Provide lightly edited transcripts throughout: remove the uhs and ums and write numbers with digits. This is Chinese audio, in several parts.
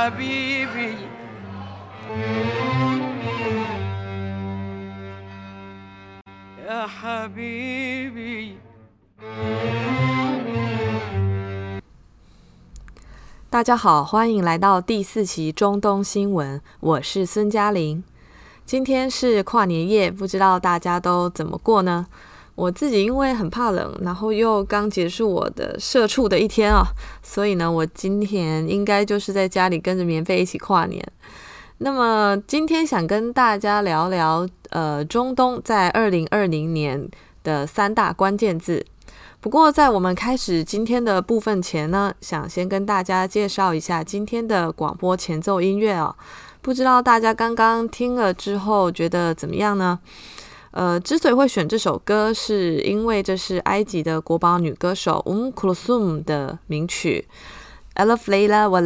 حبيبي يا حبيبي。 大家好，欢迎来到第4期中东新闻，我是孙嘉玲。今天是跨年夜，不知道大家都怎么过呢？我自己因为很怕冷，然后又刚结束我的社畜的一天啊，所以呢，我今天应该就是在家里跟着棉被一起跨年。那么今天想跟大家聊聊中东在2020年的3大关键字。不过在我们开始今天的部分前呢，想先跟大家介绍一下今天的广播前奏音乐哦。不知道大家刚刚听了之后觉得怎么样呢？之所以会选这首歌，是因为这是埃及的国宝女歌手Kulthum 的名曲 Alif Layla wa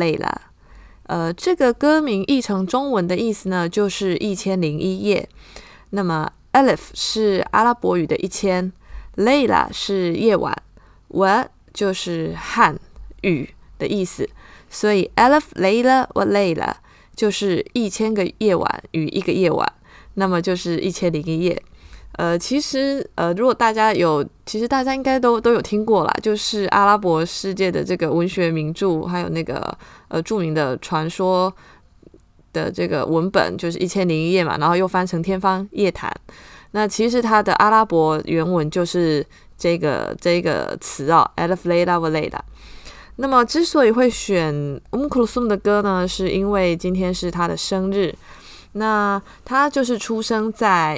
Layla。这个歌名译成中文的意思呢，就是1001夜。那么 Alif 是阿拉伯语的1000。Layla 是夜晚 wa 就是汉语的意思，所以 Alif Layla wa Layla 就是1000个夜晚与1个夜晚，那么就是1001夜。其实如果大家应该都有听过啦，就是阿拉伯世界的这个文学名著，还有那个著名的传说的这个文本，就是1001夜嘛，然后又翻成天方夜谭。那其实它的阿拉伯原文就是这个词啊 Alif Layla wa Layla。那么之所以会选Kulthum 的歌呢，是因为今天是他的生日。那他就是出生在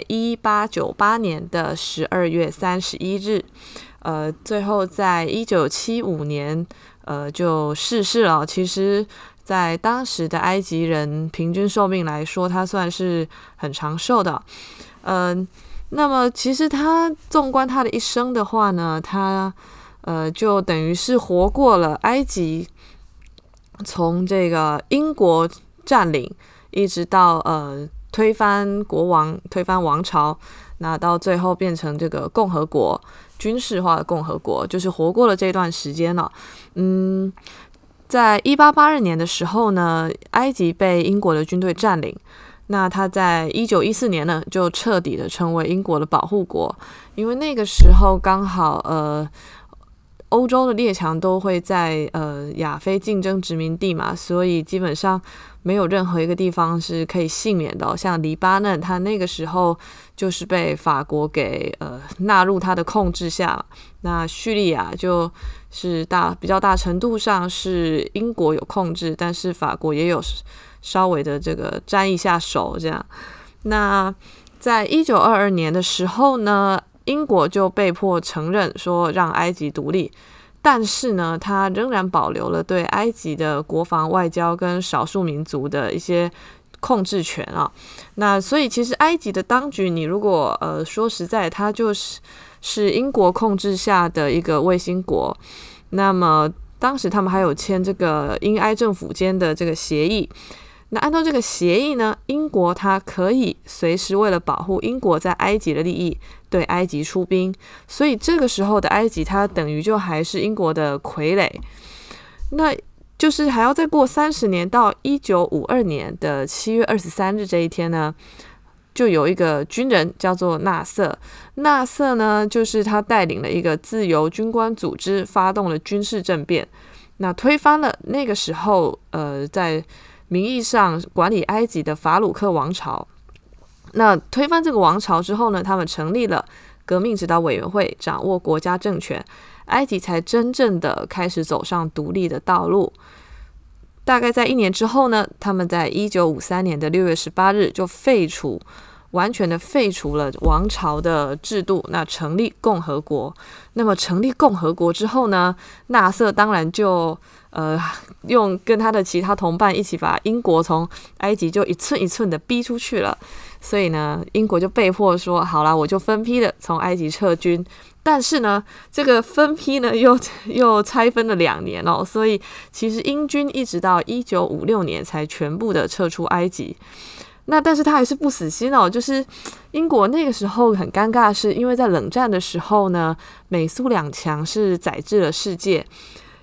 1898年的12月31日，最后在1975年就逝世了。其实在当时的埃及人平均寿命来说，他算是很长寿的。那么其实他纵观他的一生的话呢，他就等于是活过了埃及从这个英国占领，一直到推翻王朝，那到最后变成这个共和国，军事化的共和国，就是活过了这段时间了。在1882年的时候呢，埃及被英国的军队占领。那他在1914年呢，就彻底的成为英国的保护国，因为那个时候刚好欧洲的列强都会在亚非竞争殖民地嘛，所以基本上没有任何一个地方是可以幸免的像黎巴嫩，他那个时候就是被法国给纳入他的控制下。那叙利亚就是比较大程度上是英国有控制，但是法国也有稍微的这个沾一下手这样。那在1922年的时候呢，英国就被迫承认说让埃及独立，但是呢，他仍然保留了对埃及的国防、外交跟少数民族的一些控制权啊。那所以其实埃及的当局，你如果说实在，它就是英国控制下的一个卫星国。那么当时他们还有签这个英埃政府间的这个协议。那按照这个协议呢，英国它可以随时为了保护英国在埃及的利益，对埃及出兵，所以这个时候的埃及它等于就还是英国的傀儡。那就是还要再过30年，到1952年的7月23日这一天呢，就有一个军人叫做纳瑟。纳瑟呢，就是他带领了一个自由军官组织，发动了军事政变，那推翻了那个时候在名义上管理埃及的法鲁克王朝。那推翻这个王朝之后呢，他们成立了革命指导委员会，掌握国家政权，埃及才真正的开始走上独立的道路。大概在1年之后呢，他们在1953年的6月18日就完全的废除了王朝的制度，那成立共和国。那么成立共和国之后呢，纳瑟当然就用跟他的其他同伴一起把英国从埃及就一寸一寸的逼出去了。所以呢，英国就被迫说好啦，我就分批的从埃及撤军。但是呢，这个分批呢又拆分了2年哦，所以其实英军一直到1956年才全部的撤出埃及。那但是他还是不死心哦，就是英国那个时候很尴尬，是因为在冷战的时候呢，美苏两强是宰制了世界。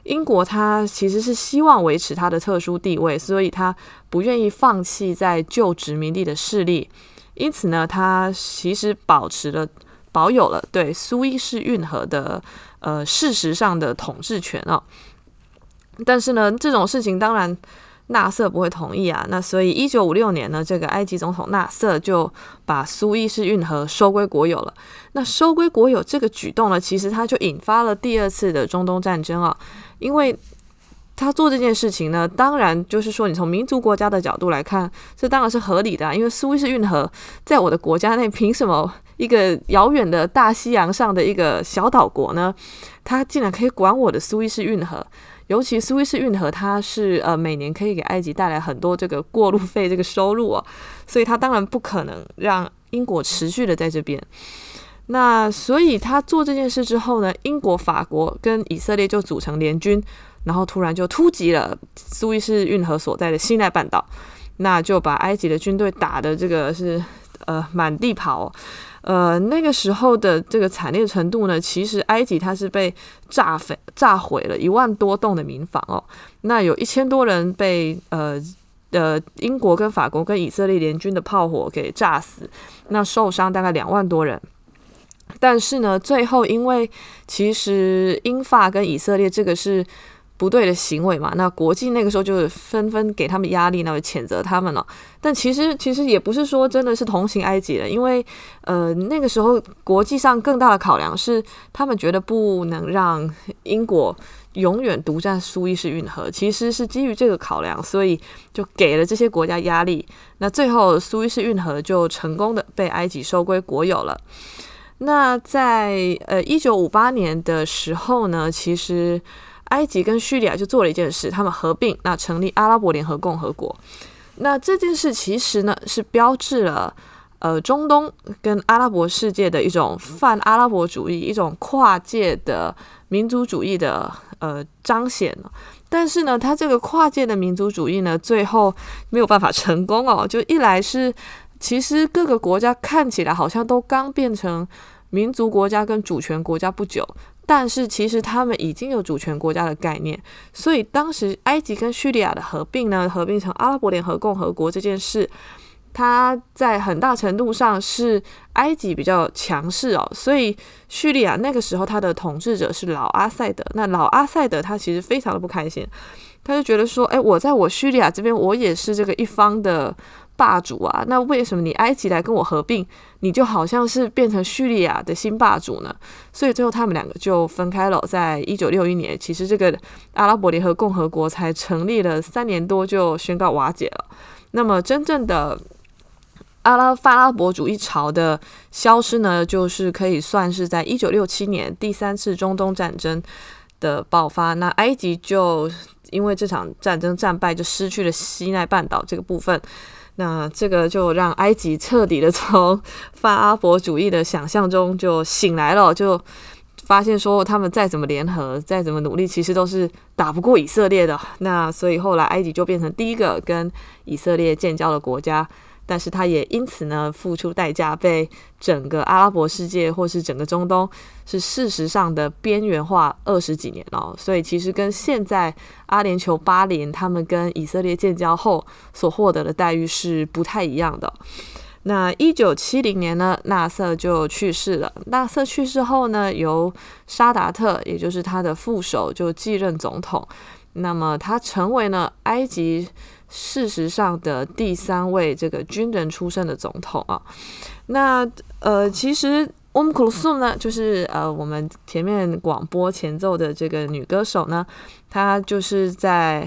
英国它其实是希望维持它的特殊地位，所以它不愿意放弃在旧殖民地的势力，因此呢，它其实保有了对苏伊士运河的事实上的统治权哦。但是呢，这种事情当然纳瑟不会同意啊。那所以1956年呢，这个埃及总统纳瑟就把苏伊士运河收归国有了。那收归国有这个举动呢，其实它就引发了第二次的中东战争啊。因为他做这件事情呢，当然就是说，你从民族国家的角度来看，这当然是合理的啊。因为苏伊士运河在我的国家内，凭什么一个遥远的大西洋上的一个小岛国呢，它竟然可以管我的苏伊士运河？尤其苏伊士运河，它是每年可以给埃及带来很多这个过路费这个收入哦，所以它当然不可能让英国持续的在这边。那所以他做这件事之后呢，英国、法国跟以色列就组成联军，然后突然就突击了苏伊士运河所在的西奈半岛，那就把埃及的军队打的这个是满地跑哦。那个时候的这个惨烈程度呢，其实埃及它是被炸毁了1万多栋的民房哦，那有1000多人被英国跟法国跟以色列联军的炮火给炸死，那受伤大概2万多人。但是呢，最后因为其实英法跟以色列这个是不对的行为嘛，那国际那个时候就纷纷给他们压力，那就谴责他们了。但其实也不是说真的是同情埃及了，因为那个时候国际上更大的考量是，他们觉得不能让英国永远独占苏伊士运河，其实是基于这个考量，所以就给了这些国家压力。那最后苏伊士运河就成功的被埃及收归国有了。那在1958年的时候呢，其实埃及跟叙利亚就做了一件事，他们合并，那成立阿拉伯联合共和国。那这件事其实呢是标志了中东跟阿拉伯世界的一种泛阿拉伯主义，一种跨界的民族主义的彰显。但是呢，它这个跨界的民族主义呢，最后没有办法成功哦。就一来是其实各个国家看起来好像都刚变成民族国家跟主权国家不久，但是其实他们已经有主权国家的概念，所以当时埃及跟叙利亚的合并呢，合并成阿拉伯联合共和国这件事，它在很大程度上是埃及比较强势哦，所以叙利亚那个时候他的统治者是老阿塞德，那老阿塞德他其实非常的不开心，他就觉得说，我在我叙利亚这边我也是这个一方的霸主啊，那为什么你埃及来跟我合并，你就好像是变成叙利亚的新霸主呢？所以最后他们两个就分开了。在1961年，其实这个阿拉伯联合共和国才成立了3年多就宣告瓦解了。那么真正的泛阿拉伯主义潮的消失呢，就是可以算是在1967年第3次中东战争的爆发。那埃及就因为这场战争战败，就失去了西奈半岛这个部分。那这个就让埃及彻底的从泛阿拉伯主义的想象中就醒来了，就发现说他们再怎么联合，再怎么努力，其实都是打不过以色列的。那所以后来埃及就变成第一个跟以色列建交的国家。但是他也因此呢付出代价，被整个阿拉伯世界或是整个中东是事实上的边缘化20几年哦。所以其实跟现在阿联酋巴林他们跟以色列建交后所获得的待遇是不太一样的。那1970年呢，纳瑟就去世了。纳瑟去世后呢，由沙达特也就是他的副手就继任总统。那么他成为了埃及事实上的第3位这个军人出身的总统啊。那其实库鲁苏姆呢，就是我们前面广播前奏的这个女歌手呢，她就是在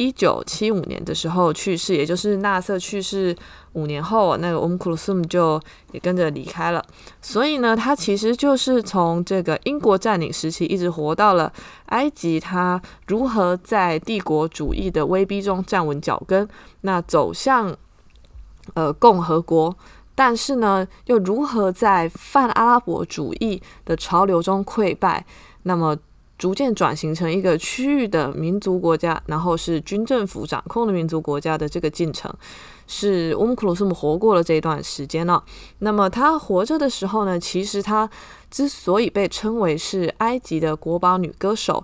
1975年的时候去世，也就是纳瑟去世5年后，那个库鲁苏姆就也跟着离开了。所以呢，她其实就是从这个英国占领时期一直活到了埃及，她如何在帝国主义的威逼中站稳脚跟，那走向共和国。但是呢，又如何在泛阿拉伯主义的潮流中溃败，那么逐渐转型成一个区域的民族国家，然后是军政府掌控的民族国家的这个进程，是库鲁苏姆活过了这一段时间了。那么他活着的时候呢，其实他之所以被称为是埃及的国宝女歌手，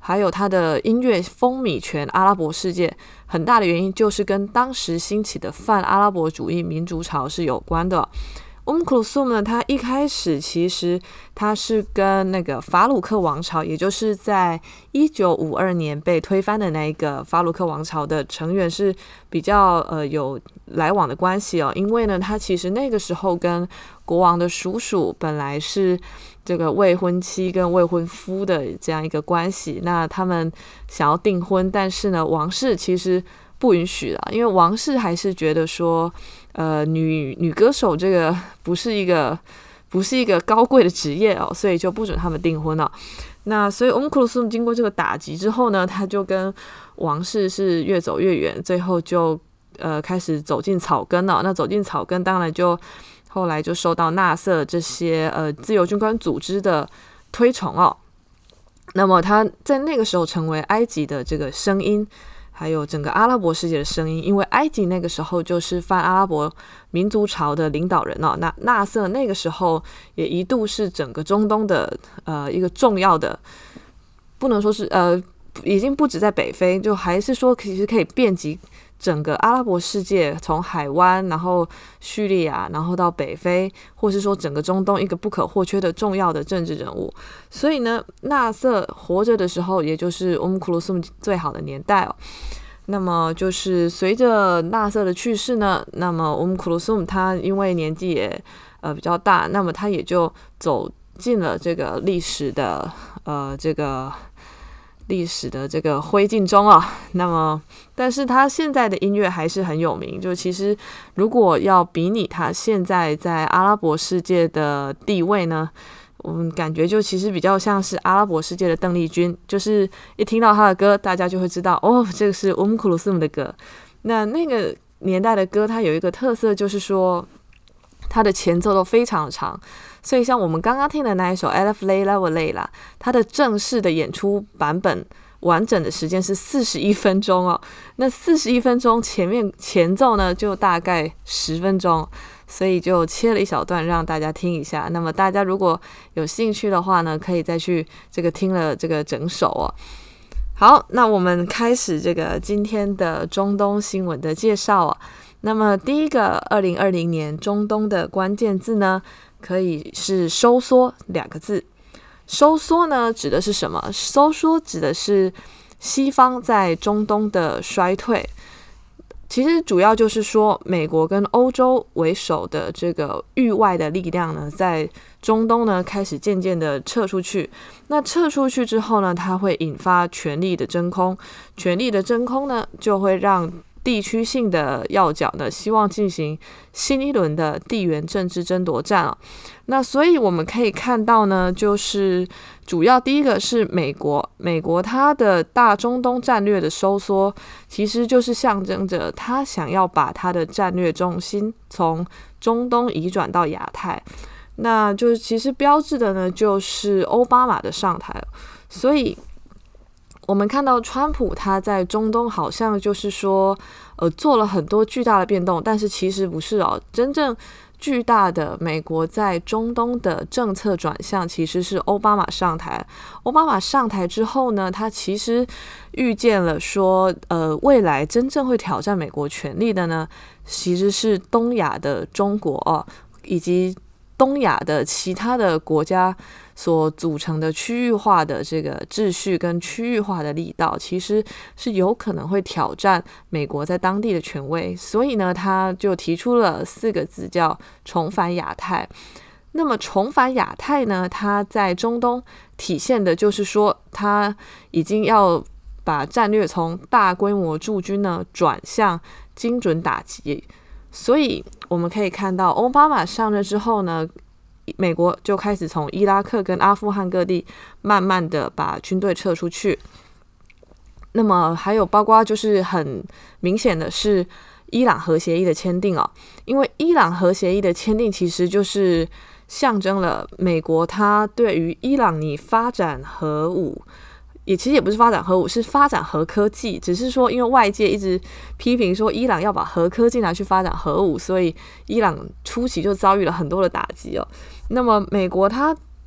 还有它的音乐风靡全阿拉伯世界，很大的原因就是跟当时兴起的泛阿拉伯主义民族潮是有关的。库鲁苏姆呢，它一开始其实它是跟那个法鲁克王朝，也就是在1952年被推翻的那一个法鲁克王朝的成员是比较有来往的关系哦。因为呢，他其实那个时候跟国王的叔叔本来是这个未婚妻跟未婚夫的这样一个关系，那他们想要订婚，但是呢，王室其实不允许了，因为王室还是觉得说，女歌手这个不是一个高贵的职业哦，所以就不准他们订婚了。那所以库鲁苏姆经过这个打击之后呢，他就跟王室是越走越远，最后就开始走进草根了。那走进草根，当然就后来就受到纳瑟这些自由军官组织的推崇哦。那么他在那个时候成为埃及的这个声音，还有整个阿拉伯世界的声音，因为埃及那个时候就是泛阿拉伯民族潮的领导人哦。那纳瑟那个时候也一度是整个中东的一个重要的，不能说是已经不止在北非，就还是说其实可以遍及整个阿拉伯世界，从海湾，然后叙利亚，然后到北非，或是说整个中东一个不可或缺的重要的政治人物。所以呢，纳瑟活着的时候，也就是库鲁苏姆最好的年代哦。那么就是随着纳瑟的去世呢，那么库鲁苏姆他因为年纪也比较大，那么他也就走进了这个历史的这个灰烬中啊。那么但是他现在的音乐还是很有名，就其实如果要比拟他现在在阿拉伯世界的地位呢，我们感觉就其实比较像是阿拉伯世界的邓丽君，就是一听到他的歌，大家就会知道哦，这个是库鲁苏姆的歌。那个年代的歌，它有一个特色，就是说它的前奏都非常的长，所以像我们刚刚听的那一首 Alif Layla wa Layla， 它的正式的演出版本完整的时间是41分钟哦。那41分钟前奏呢就大概10分钟，所以就切了一小段让大家听一下。那么大家如果有兴趣的话呢，可以再去这个听了这个整首哦。好，那我们开始这个今天的中东新闻的介绍哦。那么第一个2020年中东的关键字呢，可以是收缩2个字。收缩呢指的是什么？收缩指的是西方在中东的衰退。其实主要就是说，美国跟欧洲为首的这个域外的力量呢，在中东呢开始渐渐的撤出去。那撤出去之后呢，它会引发权力的真空。权力的真空呢，就会让地区性的要角呢，希望进行新一轮的地缘政治争夺战哦。那所以我们可以看到呢，就是主要第一个是美国它的大中东战略的收缩，其实就是象征着它想要把它的战略重心从中东移转到亚太。那就是其实标志的呢，就是奥巴马的上台。所以我们看到川普他在中东好像就是说做了很多巨大的变动，但是其实不是哦。真正巨大的美国在中东的政策转向其实是奥巴马上台。奥巴马上台之后呢，他其实预见了说未来真正会挑战美国权力的呢，其实是东亚的中国哦，以及东亚的其他的国家所组成的区域化的这个秩序跟区域化的力道，其实是有可能会挑战美国在当地的权威。所以呢，他就提出了4个字，叫重返亚太。那么重返亚太呢，它在中东体现的就是说，他已经要把战略从大规模驻军呢转向精准打击。所以我们可以看到，奥巴马上任之后呢，美国就开始从伊拉克跟阿富汗各地慢慢的把军队撤出去。那么还有包括就是很明显的是伊朗核协议的签订哦，因为伊朗核协议的签订其实就是象征了美国它对于伊朗你发展核武，其实也不是发展核武，是发展核科技。只是说因为外界一直批评说伊朗要把核科技拿去发展核武，所以伊朗初期就遭遇了很多的打击哦。那么美国它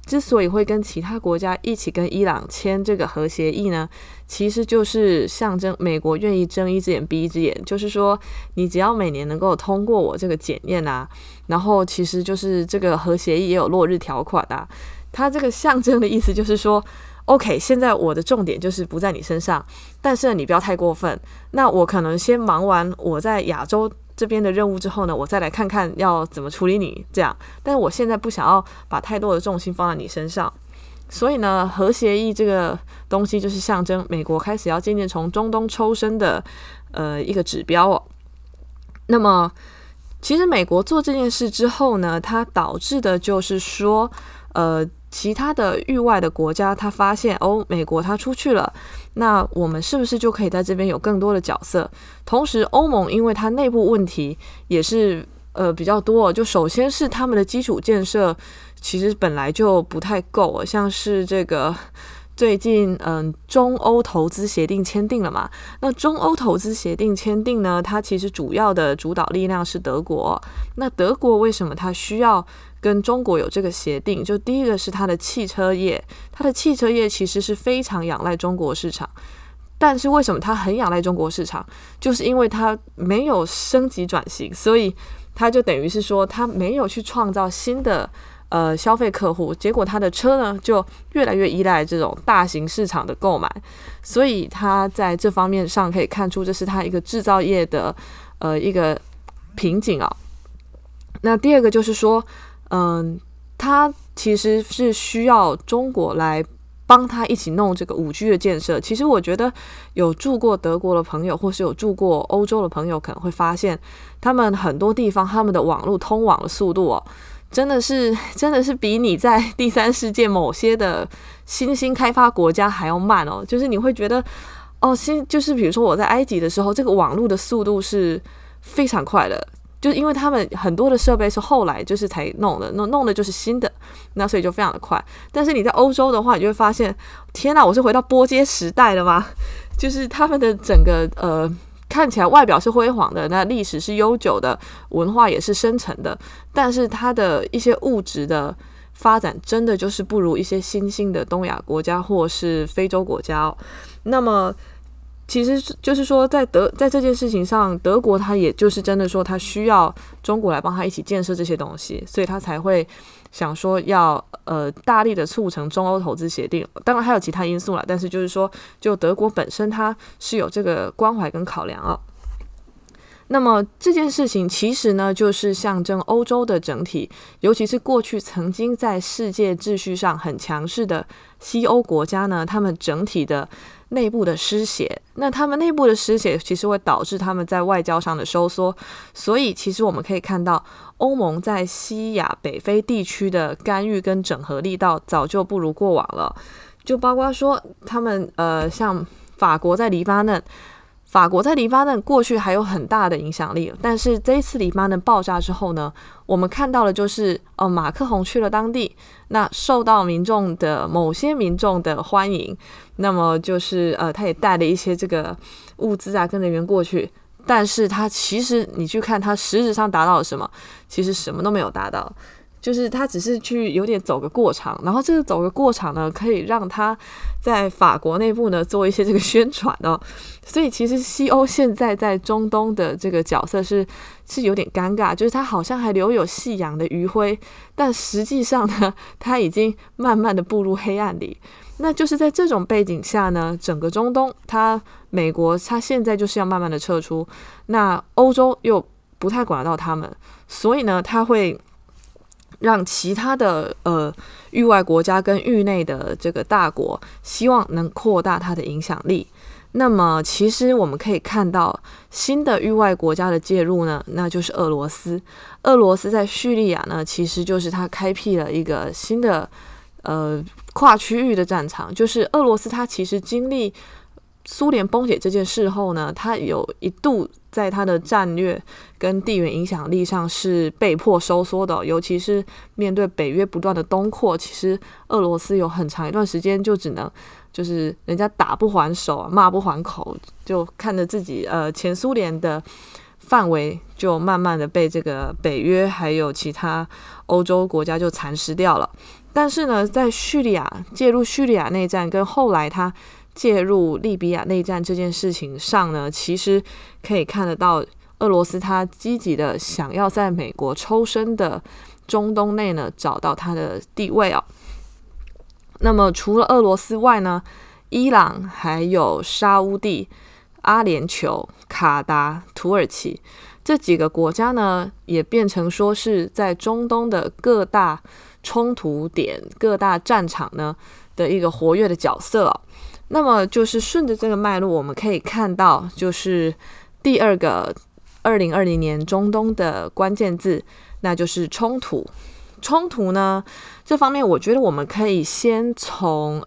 之所以会跟其他国家一起跟伊朗签这个核协议呢，其实就是象征美国愿意睁一只眼闭一只眼，就是说你只要每年能够通过我这个检验啊，然后其实就是这个核协议也有落日条款啊，它这个象征的意思就是说OK， 现在我的重点就是不在你身上，但是你不要太过分。那我可能先忙完我在亚洲这边的任务之后呢，我再来看看要怎么处理你这样。但是我现在不想要把太多的重心放在你身上，所以呢，核协议这个东西就是象征美国开始要渐渐从中东抽身的一个指标哦。那么，其实美国做这件事之后呢，它导致的就是说，其他的域外的国家，他发现美国他出去了，那我们是不是就可以在这边有更多的角色？同时，欧盟因为它内部问题也是比较多，就首先是他们的基础建设其实本来就不太够，像是这个最近中欧投资协定签订了嘛？那中欧投资协定签订呢，它其实主要的主导力量是德国。那德国为什么它需要跟中国有这个协定？就第一个是它的汽车业，它的汽车业其实是非常仰赖中国市场。但是为什么它很仰赖中国市场？就是因为它没有升级转型，所以它就等于是说它没有去创造新的消费客户，结果他的车呢就越来越依赖这种大型市场的购买，所以他在这方面上可以看出这是他一个制造业的一个瓶颈啊。那第二个就是说，他其实是需要中国来帮他一起弄这个5G 的建设。其实我觉得有住过德国的朋友，或是有住过欧洲的朋友，可能会发现他们很多地方他们的网络通网的速度真的是比你在第三世界某些的新兴开发国家还要慢哦。就是你会觉得就是比如说我在埃及的时候，这个网络的速度是非常快的，就是因为他们很多的设备是后来就是才弄的就是新的，那所以就非常的快。但是你在欧洲的话，你就会发现，天哪，我是回到波街时代了吗？就是他们的整个看起来外表是辉煌的，那历史是悠久的，文化也是深沉的，但是它的一些物质的发展真的就是不如一些新兴的东亚国家或是非洲国家那么其实就是说在这件事情上，德国他也就是真的说他需要中国来帮他一起建设这些东西，所以他才会想说要大力的促成中欧投资协定。当然还有其他因素啦，但是就是说就德国本身它是有这个关怀跟考量那么这件事情其实呢，就是象征欧洲的整体，尤其是过去曾经在世界秩序上很强势的西欧国家呢，他们整体的内部的失血。那他们内部的失血其实会导致他们在外交上的收缩，所以其实我们可以看到欧盟在西亚北非地区的干预跟整合力道早就不如过往了。就包括说他们像法国在黎巴嫩过去还有很大的影响力，但是这一次黎巴嫩爆炸之后呢，我们看到的就是马克宏去了当地，那受到某些民众的欢迎，那么就是他也带了一些这个物资啊跟人员过去，但是他其实你去看他实质上达到了什么，其实什么都没有达到。就是他只是去有点走个过场，然后这个走个过场呢，可以让他在法国内部呢做一些这个宣传所以其实西欧现在在中东的这个角色是有点尴尬，就是他好像还留有夕阳的余晖，但实际上呢，他已经慢慢的步入黑暗里。那就是在这种背景下呢，整个中东，美国他现在就是要慢慢的撤出，那欧洲又不太管得到他们，所以呢，他会让其他的域外国家跟域内的这个大国希望能扩大它的影响力。那么其实我们可以看到新的域外国家的介入呢，那就是俄罗斯。俄罗斯在叙利亚呢，其实就是它开辟了一个新的跨区域的战场。就是俄罗斯它其实经历苏联崩解这件事后呢，它有一度在它的战略跟地缘影响力上是被迫收缩的尤其是面对北约不断的东扩，其实俄罗斯有很长一段时间就只能就是人家打不还手骂不还口，就看着自己前苏联的范围就慢慢的被这个北约还有其他欧洲国家就蚕食掉了。但是呢，在介入叙利亚内战跟后来他介入利比亚内战这件事情上呢，其实可以看得到俄罗斯他积极的想要在美国抽身的中东内呢找到他的地位哦。那么除了俄罗斯外呢，伊朗还有沙乌地、阿联酋、卡达、土耳其这几个国家呢，也变成说是在中东的各大冲突点、各大战场呢的一个活跃的角色哦。那么就是顺着这个脉络，我们可以看到，就是第二个2020年中东的关键字，那就是冲突。冲突呢，这方面我觉得我们可以先从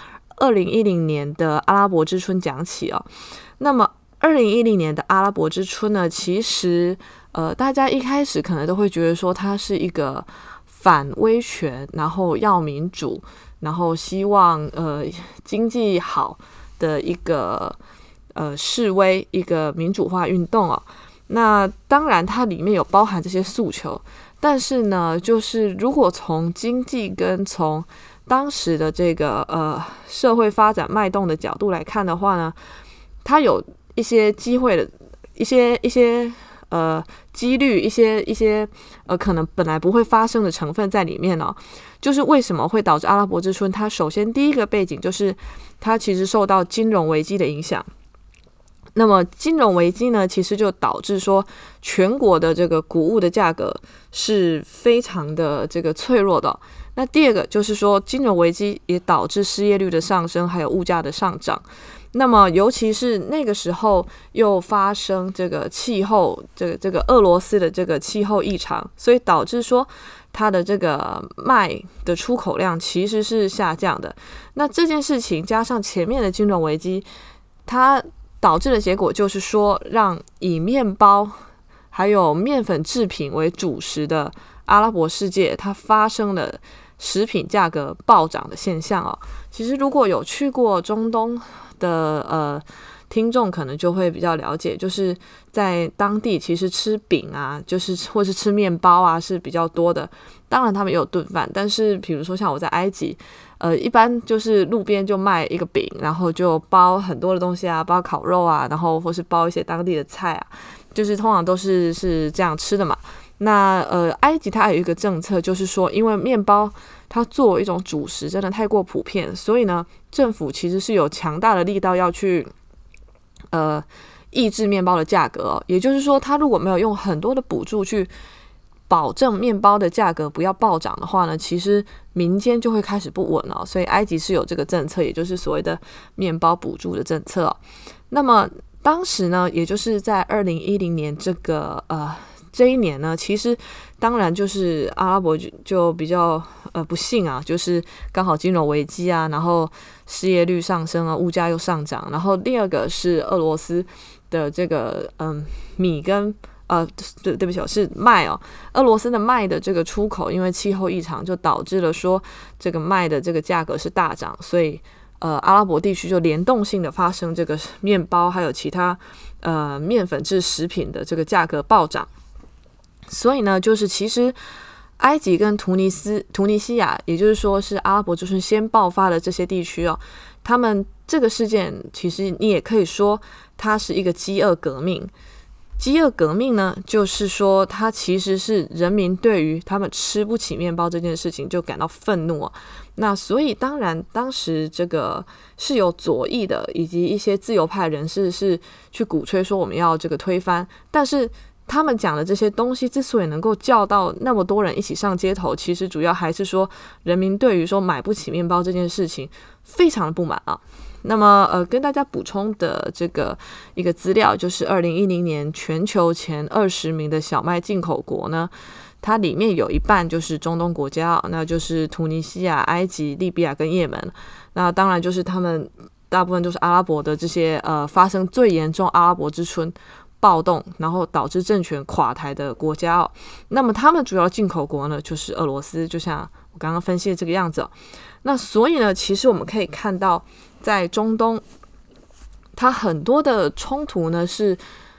2010年的阿拉伯之春讲起哦。那么2010年的阿拉伯之春呢，其实大家一开始可能都会觉得说它是一个反威权，然后要民主，然后希望经济好的一个示威，一个民主化运动哦。那当然它里面有包含这些诉求，但是呢，就是如果从经济跟从当时的这个社会发展脉动的角度来看的话呢，它有一些机会的一些几率，一些可能本来不会发生的成分在里面哦。就是为什么会导致阿拉伯之春？它首先第一个背景就是它其实受到金融危机的影响。那么金融危机呢，其实就导致说全国的这个谷物的价格是非常的这个脆弱的哦。那第二个就是说，金融危机也导致失业率的上升，还有物价的上涨。那么尤其是那个时候又发生这个气候，这个俄罗斯的这个气候异常，所以导致说它的这个麦的出口量其实是下降的。那这件事情加上前面的金融危机，它导致的结果就是说，让以面包还有面粉制品为主食的阿拉伯世界，它发生了食品价格暴涨的现象哦。其实如果有去过中东的听众可能就会比较了解，就是在当地其实吃饼啊，就是或是吃面包啊是比较多的。当然他们也有炖饭，但是比如说像我在埃及，一般就是路边就卖一个饼，然后就包很多的东西啊，包烤肉啊，然后或是包一些当地的菜啊，就是通常都是这样吃的嘛。那埃及它有一个政策，就是说因为面包它作为一种主食真的太过普遍，所以呢政府其实是有强大的力道要去抑制面包的价格哦。也就是说，它如果没有用很多的补助去保证面包的价格不要暴涨的话呢，其实民间就会开始不稳了。所以埃及是有这个政策，也就是所谓的面包补助的政策哦。那么当时呢，也就是在2010年这一年呢，其实当然就是阿拉伯就比较不幸啊，就是刚好金融危机啊，然后失业率上升啊，物价又上涨。然后第二个是俄罗斯的这个米跟对不起，是麦哦。俄罗斯的麦的这个出口，因为气候异常，就导致了说这个麦的这个价格是大涨，所以阿拉伯地区就联动性的发生这个面包还有其他面粉制食品的这个价格暴涨。所以呢，就是其实埃及跟突尼西亚，也就是说是阿拉伯之春先爆发的这些地区哦，他们这个事件其实你也可以说它是一个饥饿革命。饥饿革命呢，就是说它其实是人民对于他们吃不起面包这件事情就感到愤怒哦。那所以当然当时这个是有左翼的以及一些自由派人士是去鼓吹说我们要这个推翻，但是他们讲的这些东西之所以能够叫到那么多人一起上街头，其实主要还是说人民对于说买不起面包这件事情非常的不满啊。那么跟大家补充的这个一个资料，就是2010年全球前20名的小麦进口国呢，它里面有一半就是中东国家，那就是突尼西亚、埃及、利比亚跟也门。那当然就是他们大部分都是阿拉伯的这些发生最严重阿拉伯之春暴动，然后导致政权垮台的国家哦。那么他们主要进口国呢，就是俄罗斯，就像我刚刚分析的这个样子哦。那所以呢，其实我们可以看到，在中东，它很多的冲突呢是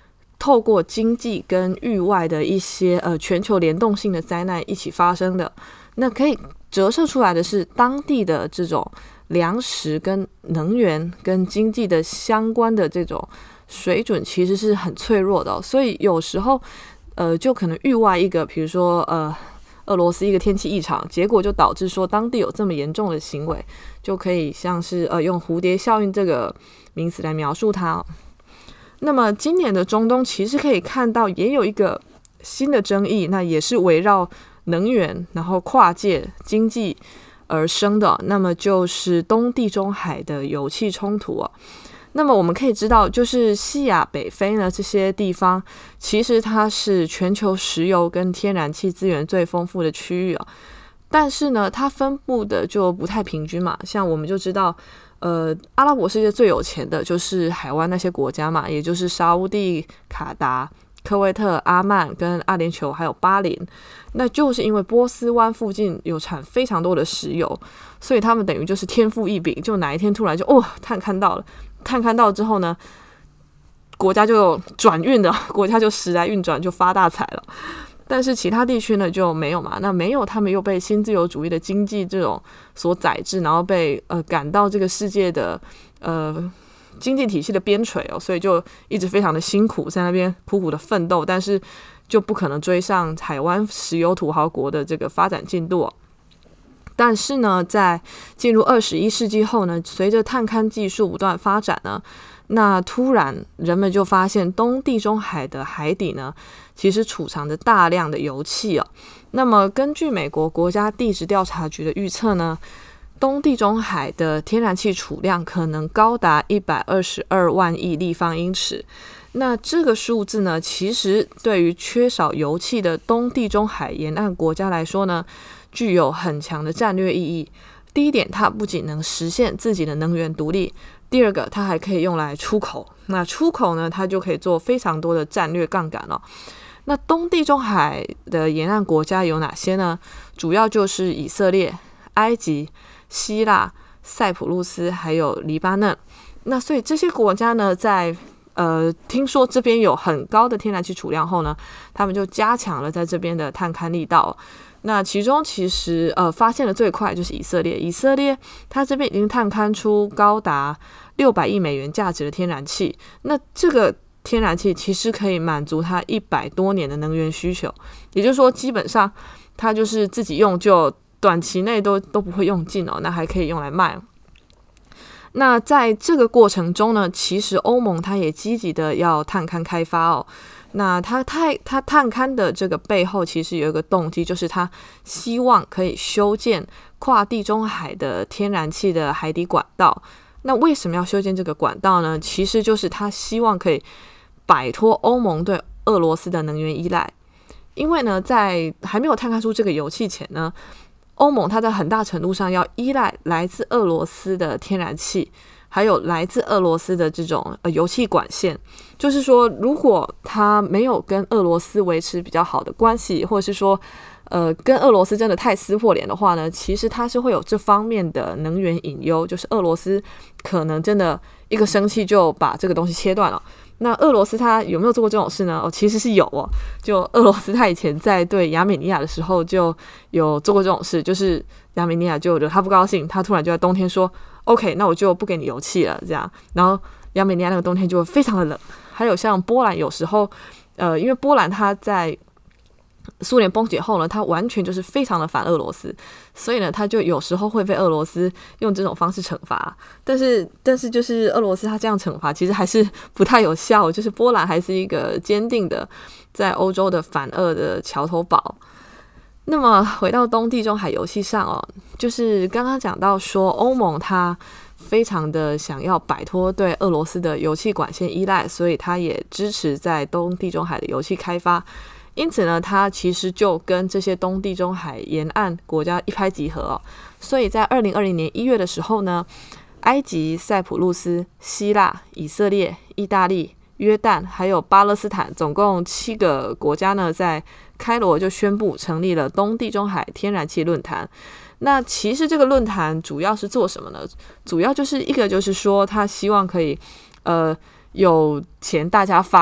透过经济跟域外的一些全球联动性的灾难一起发生的。那可以折射出来的是当地的这种粮食跟能源跟经济的相关的这种水准其实是很脆弱的所以有时候就可能域外一个，比如说俄罗斯一个天气异常，结果就导致说当地有这么严重的行为，就可以像是用蝴蝶效应这个名词来描述它那么今年的中东其实可以看到也有一个新的争议，那也是围绕能源然后跨界经济而生的，那么就是东地中海的油气冲突那么我们可以知道，就是西亚、北非呢这些地方，其实它是全球石油跟天然气资源最丰富的区域但是呢，它分布的就不太平均嘛。像我们就知道，阿拉伯世界最有钱的就是海湾那些国家嘛，也就是沙乌地、卡达、科威特、阿曼跟阿联酋还有巴林。那就是因为波斯湾附近有产非常多的石油，所以他们等于就是天赋异禀，就哪一天突然就探勘到了，探勘到之后呢，国家就转运了，国家就时来运转，就发大财了。但是其他地区呢就没有嘛，那没有，他们又被新自由主义的经济这种所宰制，然后被赶到这个世界的经济体系的边陲所以就一直非常的辛苦，在那边苦苦的奋斗，但是就不可能追上海湾石油土豪国的这个发展进度但是呢，在进入21世纪后呢，随着探勘技术不断发展呢，那突然人们就发现东地中海的海底呢，其实储藏着大量的油气那么根据美国国家地质调查局的预测呢，东地中海的天然气储量可能高达122万亿立方英尺。那这个数字呢，其实对于缺少油气的东地中海沿岸国家来说呢，具有很强的战略意义。第一点，它不仅能实现自己的能源独立，第二个，它还可以用来出口。那出口呢，它就可以做非常多的战略杠杆那东地中海的沿岸国家有哪些呢？主要就是以色列、埃及、希腊、塞浦路斯还有黎巴嫩。那所以这些国家呢，在听说这边有很高的天然气储量后呢，他们就加强了在这边的探勘力道。那其中其实发现的最快就是以色列，以色列它这边已经探勘出高达600亿美元价值的天然气。那这个天然气其实可以满足它100多年的能源需求，也就是说基本上它就是自己用就短期内都不会用尽那还可以用来卖。那在这个过程中呢，其实欧盟它也积极的要探勘开发那它探勘的这个背后其实有一个动机，就是它希望可以修建跨地中海的天然气的海底管道。那为什么要修建这个管道呢？其实就是它希望可以摆脱欧盟对俄罗斯的能源依赖。因为呢，在还没有探勘出这个油气前呢，欧盟它在很大程度上要依赖来自俄罗斯的天然气，还有来自俄罗斯的这种油气管线。就是说，如果它没有跟俄罗斯维持比较好的关系，或者是说跟俄罗斯真的太撕破脸的话呢，其实它是会有这方面的能源隐忧，就是俄罗斯可能真的一个生气就把这个东西切断了。那俄罗斯他有没有做过这种事呢？其实是有就俄罗斯他以前在对亚美尼亚的时候就有做过这种事，就是亚美尼亚就惹他不高兴，他突然就在冬天说 OK， 那我就不给你油气了这样，然后亚美尼亚那个冬天就会非常的冷。还有像波兰有时候因为波兰他在苏联崩解后呢，他完全就是非常的反俄罗斯，所以呢，他就有时候会被俄罗斯用这种方式惩罚。但是就是俄罗斯他这样惩罚其实还是不太有效，就是波兰还是一个坚定的在欧洲的反俄的桥头堡。那么回到东地中海油气上就是刚刚讲到说欧盟它非常的想要摆脱对俄罗斯的油气管线依赖，所以它也支持在东地中海的油气开发。因此呢，它其实就跟这些东地中海沿岸国家一拍即合所以在2020年1月的时候呢，埃及、塞浦路斯、希腊、以色列、意大利、约旦还有巴勒斯坦总共7个国家呢，在开罗就宣布成立了东地中海天然气论坛。那其实这个论坛主要是做什么呢？主要就是一个就是说，他希望可以有钱大家发，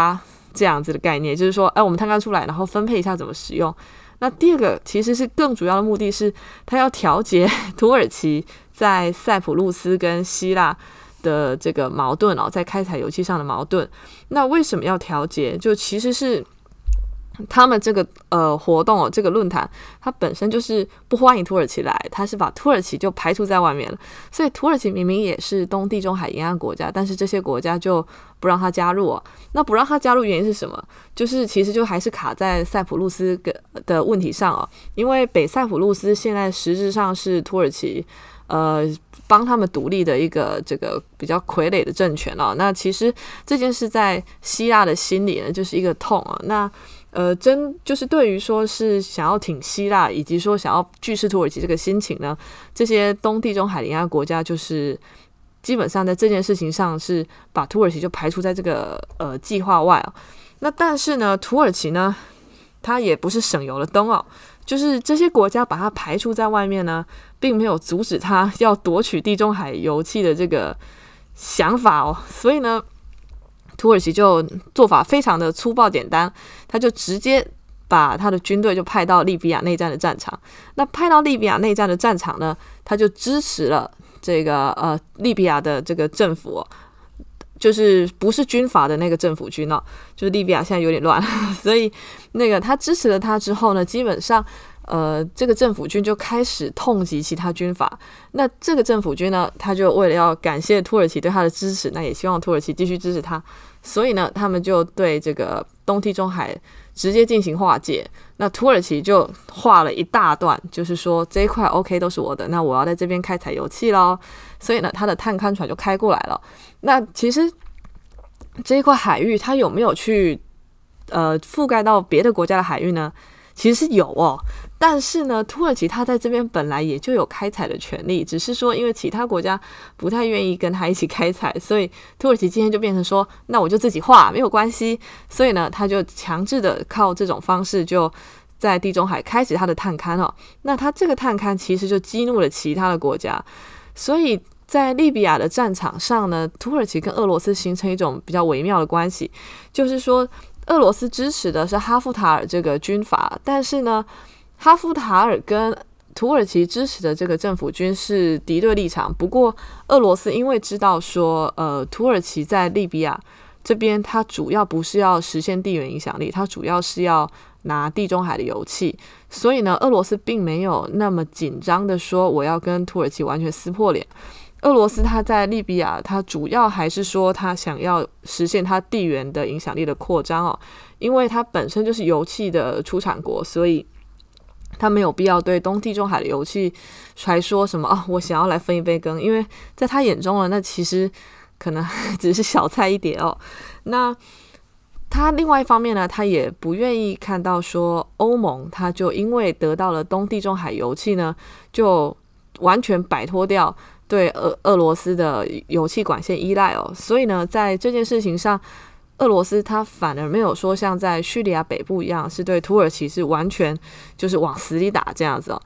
这样子的概念，就是说，我们探勘出来，然后分配一下怎么使用。那第二个其实是更主要的目的是，他要调节土耳其在塞浦路斯跟希腊的这个矛盾在开采油气上的矛盾。那为什么要调节？就其实是他们这个活动这个论坛，它本身就是不欢迎土耳其来，它是把土耳其就排除在外面了。所以土耳其明明也是东地中海沿岸国家，但是这些国家就不让它加入那不让它加入原因是什么？就是其实就还是卡在塞浦路斯的问题上因为北塞浦路斯现在实质上是土耳其帮他们独立的一个这个比较傀儡的政权那其实这件事在希腊的心里呢，就是一个痛那就是对于说是想要挺希腊，以及说想要拒视土耳其这个心情呢，这些东地中海沿岸国家就是基本上在这件事情上是把土耳其就排除在这个计划外那但是呢，土耳其呢，它也不是省油的灯就是这些国家把它排除在外面呢，并没有阻止它要夺取地中海油气的这个想法所以呢，土耳其就做法非常的粗暴简单，他就直接把他的军队就派到利比亚内战的战场。那派到利比亚内战的战场呢，他就支持了这个利比亚的这个政府就是不是军阀的那个政府军就是利比亚现在有点乱所以那个他支持了他之后呢，基本上这个政府军就开始痛击其他军阀。那这个政府军呢，他就为了要感谢土耳其对他的支持，那也希望土耳其继续支持他，所以呢，他们就对这个东地中海直接进行划界。那土耳其就划了一大段，就是说这一块 OK 都是我的，那我要在这边开采油气咯。所以呢，他的探勘船就开过来了。那其实这一块海域它有没有去覆盖到别的国家的海域呢？其实是有但是呢，土耳其它在这边本来也就有开采的权利，只是说因为其他国家不太愿意跟他一起开采，所以土耳其今天就变成说，那我就自己画没有关系。所以呢，他就强制的靠这种方式就在地中海开始他的探勘那他这个探勘其实就激怒了其他的国家，所以在利比亚的战场上呢，土耳其跟俄罗斯形成一种比较微妙的关系，就是说俄罗斯支持的是哈夫塔尔这个军阀，但是呢，哈夫塔尔跟土耳其支持的这个政府军是敌对立场。不过俄罗斯因为知道说土耳其在利比亚这边它主要不是要实现地缘影响力，它主要是要拿地中海的油气，所以呢，俄罗斯并没有那么紧张的说我要跟土耳其完全撕破脸。俄罗斯它在利比亚，它主要还是说它想要实现它地缘的影响力的扩张因为它本身就是油气的出产国，所以它没有必要对东地中海的油气还说什么我想要来分一杯羹，因为在他眼中那其实可能只是小菜一碟那他另外一方面呢，他也不愿意看到说欧盟他就因为得到了东地中海油气呢，就完全摆脱掉对俄罗斯的油气管线依赖所以呢，在这件事情上，俄罗斯它反而没有说像在叙利亚北部一样，是对土耳其是完全就是往死里打这样子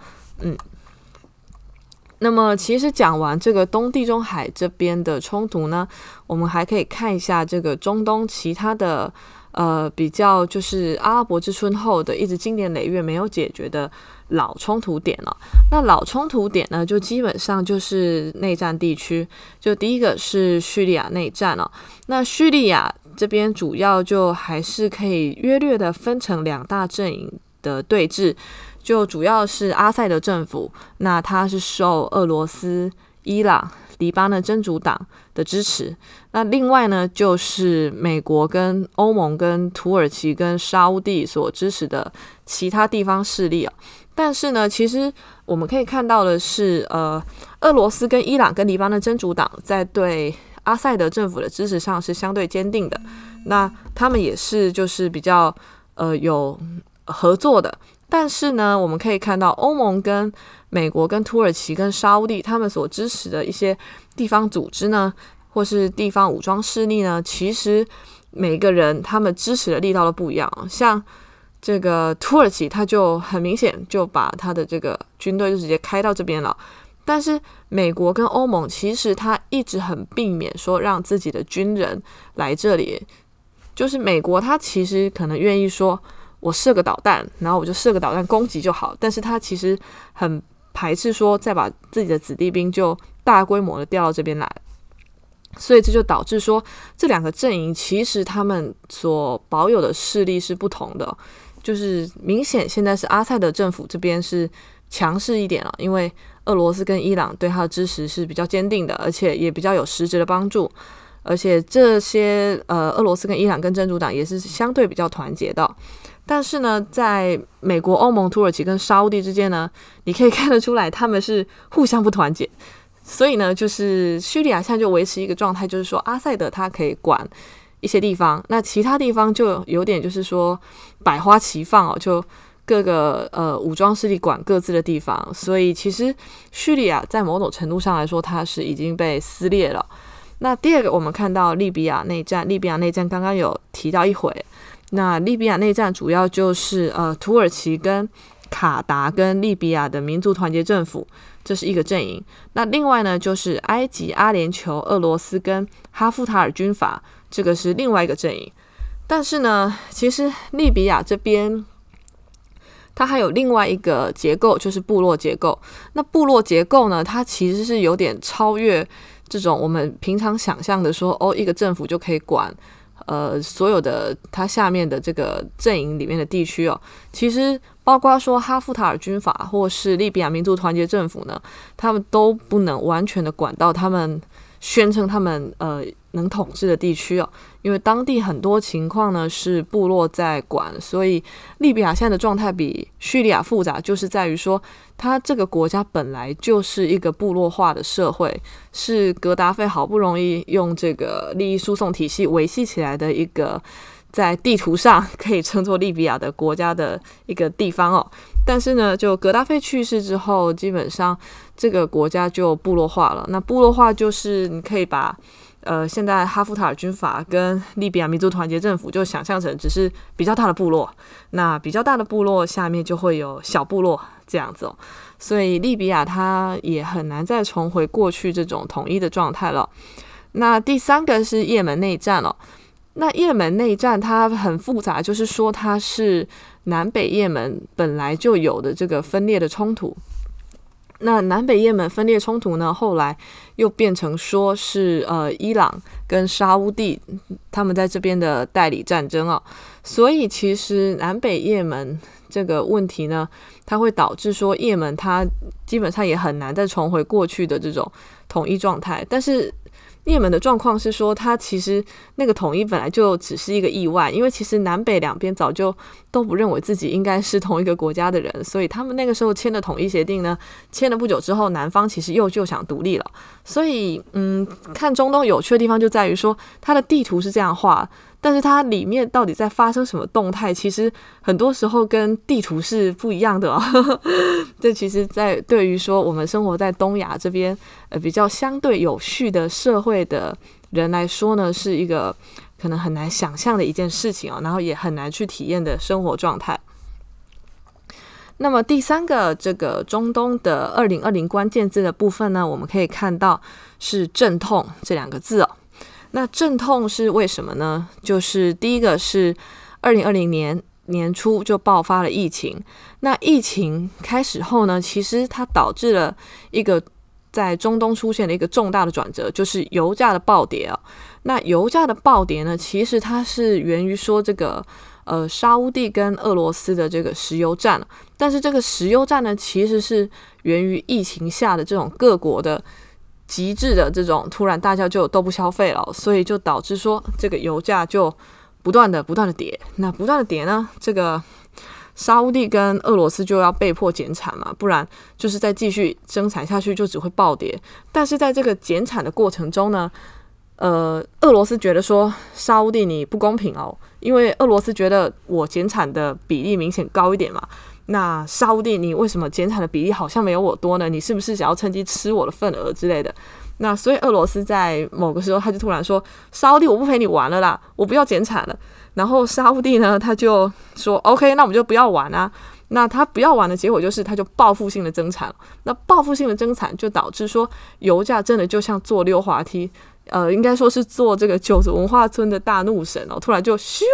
那么其实讲完这个东地中海这边的冲突呢，我们还可以看一下这个中东其他的比较就是阿拉伯之春后的一直经年累月没有解决的老冲突点那老冲突点呢，就基本上就是内战地区。就第一个是叙利亚内战那叙利亚这边主要就还是可以约略的分成两大阵营的对峙，就主要是阿塞德政府，那它是受俄罗斯、伊朗、黎巴嫩真主党的支持。那另外呢，就是美国跟欧盟跟土耳其跟沙烏地所支持的其他地方势力但是呢，其实我们可以看到的是俄罗斯跟伊朗跟黎巴嫩真主党在对阿塞德政府的支持上是相对坚定的，那他们也是就是比较有合作的。但是呢，我们可以看到欧盟跟美国跟土耳其跟沙烏地他们所支持的一些地方组织呢，或是地方武装势力呢，其实每个人他们支持的力道都不一样像这个土耳其他就很明显就把他的这个军队就直接开到这边了，但是美国跟欧盟其实他一直很避免说让自己的军人来这里就是美国它其实可能愿意说我射个导弹，然后我就射个导弹攻击就好，但是它其实很排斥说再把自己的子弟兵就大规模的调到这边来，所以这就导致说这两个阵营其实他们所保有的势力是不同的，就是明显现在是阿萨德政府这边是强势一点了，因为俄罗斯跟伊朗对他的支持是比较坚定的，而且也比较有实质的帮助，而且这些俄罗斯跟伊朗跟真主党也是相对比较团结的。但是呢，在美国、欧盟、土耳其跟沙烏地之间呢，你可以看得出来他们是互相不团结。所以呢，就是叙利亚现在就维持一个状态，就是说阿塞德他可以管一些地方，那其他地方就有点就是说百花齐放哦，就各个武装势力管各自的地方。所以其实叙利亚在某种程度上来说，它是已经被撕裂了。那第二个，我们看到利比亚内战，利比亚内战刚刚有提到一回。那利比亚内战主要就是土耳其跟卡达跟利比亚的民族团结政府，这是一个阵营。那另外呢，就是埃及、阿联酋、俄罗斯跟哈夫塔尔军阀，这个是另外一个阵营。但是呢，其实利比亚这边它还有另外一个结构，就是部落结构。那部落结构呢，它其实是有点超越这种我们平常想象的说，一个政府就可以管所有的它下面的这个阵营里面的地区哦。其实包括说哈夫塔尔军阀或是利比亚民族团结政府呢，他们都不能完全的管到他们宣称他们能统治的地区哦，因为当地很多情况呢是部落在管，所以利比亚现在的状态比叙利亚复杂，就是在于说它这个国家本来就是一个部落化的社会，是格达费好不容易用这个利益输送体系维系起来的一个在地图上可以称作利比亚的国家的一个地方哦。但是呢，就格达费去世之后，基本上这个国家就部落化了。那部落化就是你可以把现在哈夫塔尔军阀跟利比亚民族团结政府就想象成只是比较大的部落，那比较大的部落下面就会有小部落这样子哦。所以利比亚它也很难再重回过去这种统一的状态了。那第三个是也门内战了。那也门内战它很复杂，就是说它是南北也门本来就有的这个分裂的冲突。那南北也门分裂冲突呢，后来又变成说是伊朗跟沙烏地他们在这边的代理战争哦。所以其实南北也门这个问题呢，它会导致说也门它基本上也很难再重回过去的这种统一状态。但是也门的状况是说，它其实那个统一本来就只是一个意外，因为其实南北两边早就都不认为自己应该是同一个国家的人，所以他们那个时候签的统一协定呢，签了不久之后，南方其实就想独立了。所以看中东有趣的地方就在于说，它的地图是这样画，但是它里面到底在发生什么动态，其实很多时候跟地图是不一样的哦。这其实在对于说我们生活在东亚这边比较相对有序的社会的人来说呢，是一个可能很难想象的一件事情哦，然后也很难去体验的生活状态。那么第三个这个中东的2020关键字的部分呢，我们可以看到是阵痛这两个字哦。那阵痛是为什么呢？就是第一个是2020年年初就爆发了疫情，那疫情开始后呢，其实它导致了一个在中东出现了一个重大的转折，就是油价的暴跌哦。那油价的暴跌呢，其实它是源于说这个沙烏地跟俄罗斯的这个石油战，但是这个石油战呢，其实是源于疫情下的这种各国的极致的这种突然大家就都不消费了，所以就导致说这个油价就不断的跌。那不断的跌呢，这个沙烏地跟俄罗斯就要被迫减产嘛，不然就是再继续生产下去就只会暴跌。但是在这个减产的过程中呢，俄罗斯觉得说沙烏地你不公平哦，因为俄罗斯觉得我减产的比例明显高一点嘛，那沙烏地你为什么减产的比例好像没有我多呢？你是不是想要趁机吃我的份额之类的？那所以俄罗斯在某个时候他就突然说，沙烏地我不陪你玩了啦，我不要减产了。然后沙烏地呢他就说 OK， 那我们就不要玩啊。那他不要玩的结果就是他就报复性的增产，那报复性的增产就导致说油价真的就像坐溜滑梯应该说是做这个九族文化村的大怒神突然就咻，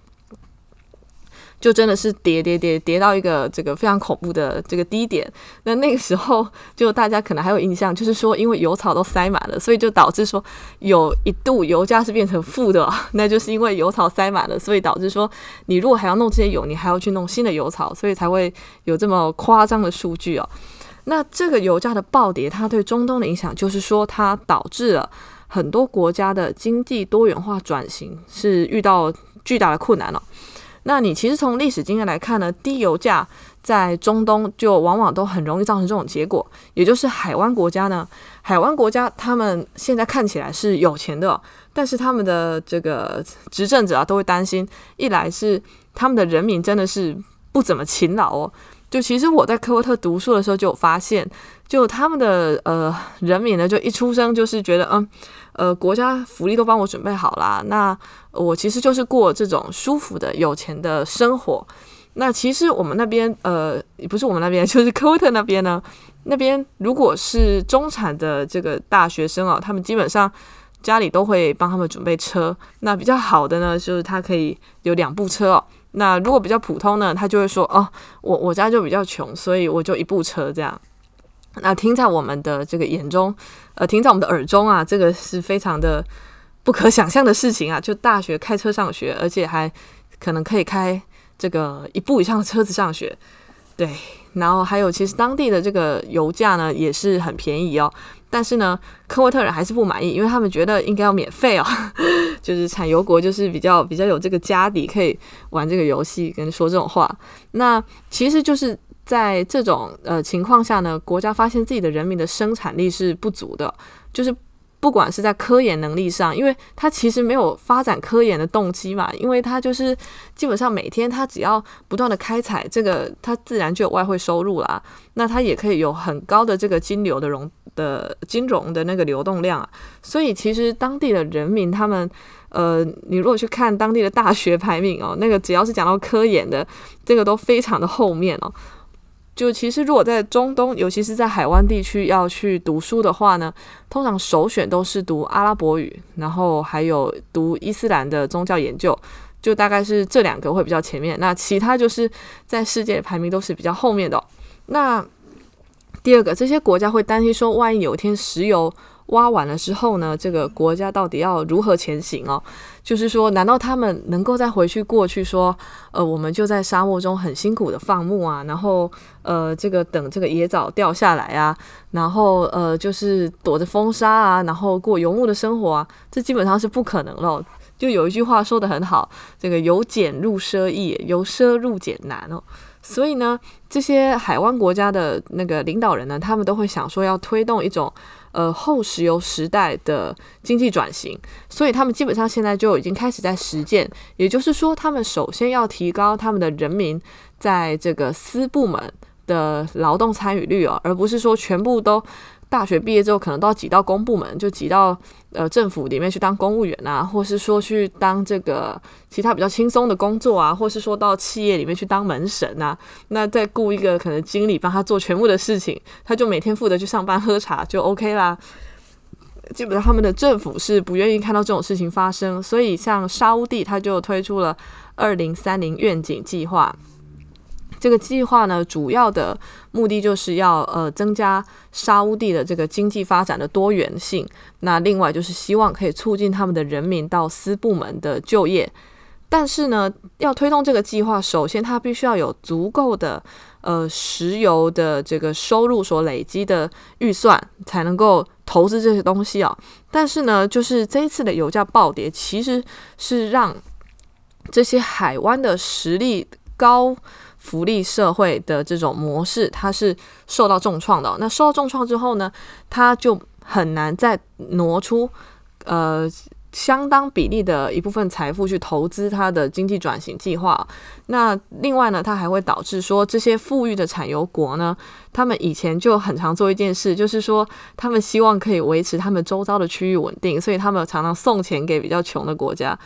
就真的是跌到一个这个非常恐怖的这个低点。那个时候就大家可能还有印象，就是说因为油槽都塞满了，所以就导致说有一度油价是变成负的那就是因为油槽塞满了，所以导致说你如果还要弄这些油，你还要去弄新的油槽，所以才会有这么夸张的数据那这个油价的暴跌，它对中东的影响就是说它导致了很多国家的经济多元化转型是遇到巨大的困难那你其实从历史经验来看呢，低油价在中东就往往都很容易造成这种结果，也就是海湾国家他们现在看起来是有钱的但是他们的这个执政者都会担心，一来是他们的人民真的是不怎么勤劳就其实我在科威特读书的时候就有发现，就他们的人民呢，就一出生就是觉得国家福利都帮我准备好啦，那我其实就是过这种舒服的有钱的生活。那其实我们那边不是我们那边，就是科威特那边呢，那边如果是中产的这个大学生他们基本上家里都会帮他们准备车。那比较好的呢，就是他可以有2部车那如果比较普通呢，他就会说我家就比较穷，所以我就1部车这样。那听在我们的这个眼中，听在我们的耳中这个是非常的不可想象的事情就大学开车上学，而且还可能可以开这个1部以上的车子上学。对，然后还有其实当地的这个油价呢也是很便宜但是呢科威特人还是不满意，因为他们觉得应该要免费就是产油国就是比较有这个家底可以玩这个游戏跟说这种话。那其实就是在这种情况下呢，国家发现自己的人民的生产力是不足的，就是不管是在科研能力上，因为他其实没有发展科研的动机嘛，因为他就是基本上每天他只要不断的开采这个，他自然就有外汇收入啦，那他也可以有很高的这个金融的那个流动量所以其实当地的人民他们你如果去看当地的大学排名那个只要是讲到科研的，这个都非常的后面就其实如果在中东，尤其是在海湾地区要去读书的话呢，通常首选都是读阿拉伯语，然后还有读伊斯兰的宗教研究，就大概是这2个会比较前面，那其他就是在世界的排名都是比较后面的那第二个，这些国家会担心说，万一有一天石油挖完了之后呢，这个国家到底要如何前行就是说难道他们能够再回去过去说我们就在沙漠中很辛苦的放牧然后这个等这个野枣掉下来然后就是躲着风沙然后过游牧的生活这基本上是不可能了就有一句话说得很好，这个由俭入奢易，由奢入俭难所以呢这些海湾国家的那个领导人呢，他们都会想说要推动一种后石油时代的经济转型，所以他们基本上现在就已经开始在实践，也就是说他们首先要提高他们的人民在这个私部门的劳动参与率而不是说全部都大学毕业之后可能都要挤到公部门，就挤到政府里面去当公务员或是说去当这个其他比较轻松的工作或是说到企业里面去当门神那再雇一个可能经理帮他做全部的事情，他就每天负责去上班喝茶就 OK 啦。基本上他们的政府是不愿意看到这种事情发生，所以像沙乌地他就推出了2030愿景计划。这个计划呢，主要的目的就是要增加沙乌地的这个经济发展的多元性。那另外就是希望可以促进他们的人民到私部门的就业。但是呢，要推动这个计划，首先它必须要有足够的石油的这个收入所累积的预算，才能够投资这些东西但是呢，就是这一次的油价暴跌，其实是让这些海湾的实力高福利社会的这种模式，它是受到重创的那受到重创之后呢，它就很难再挪出相当比例的一部分财富去投资它的经济转型计划。那另外呢，它还会导致说这些富裕的产油国呢，他们以前就很常做一件事，就是说他们希望可以维持他们周遭的区域稳定，所以他们常常送钱给比较穷的国家。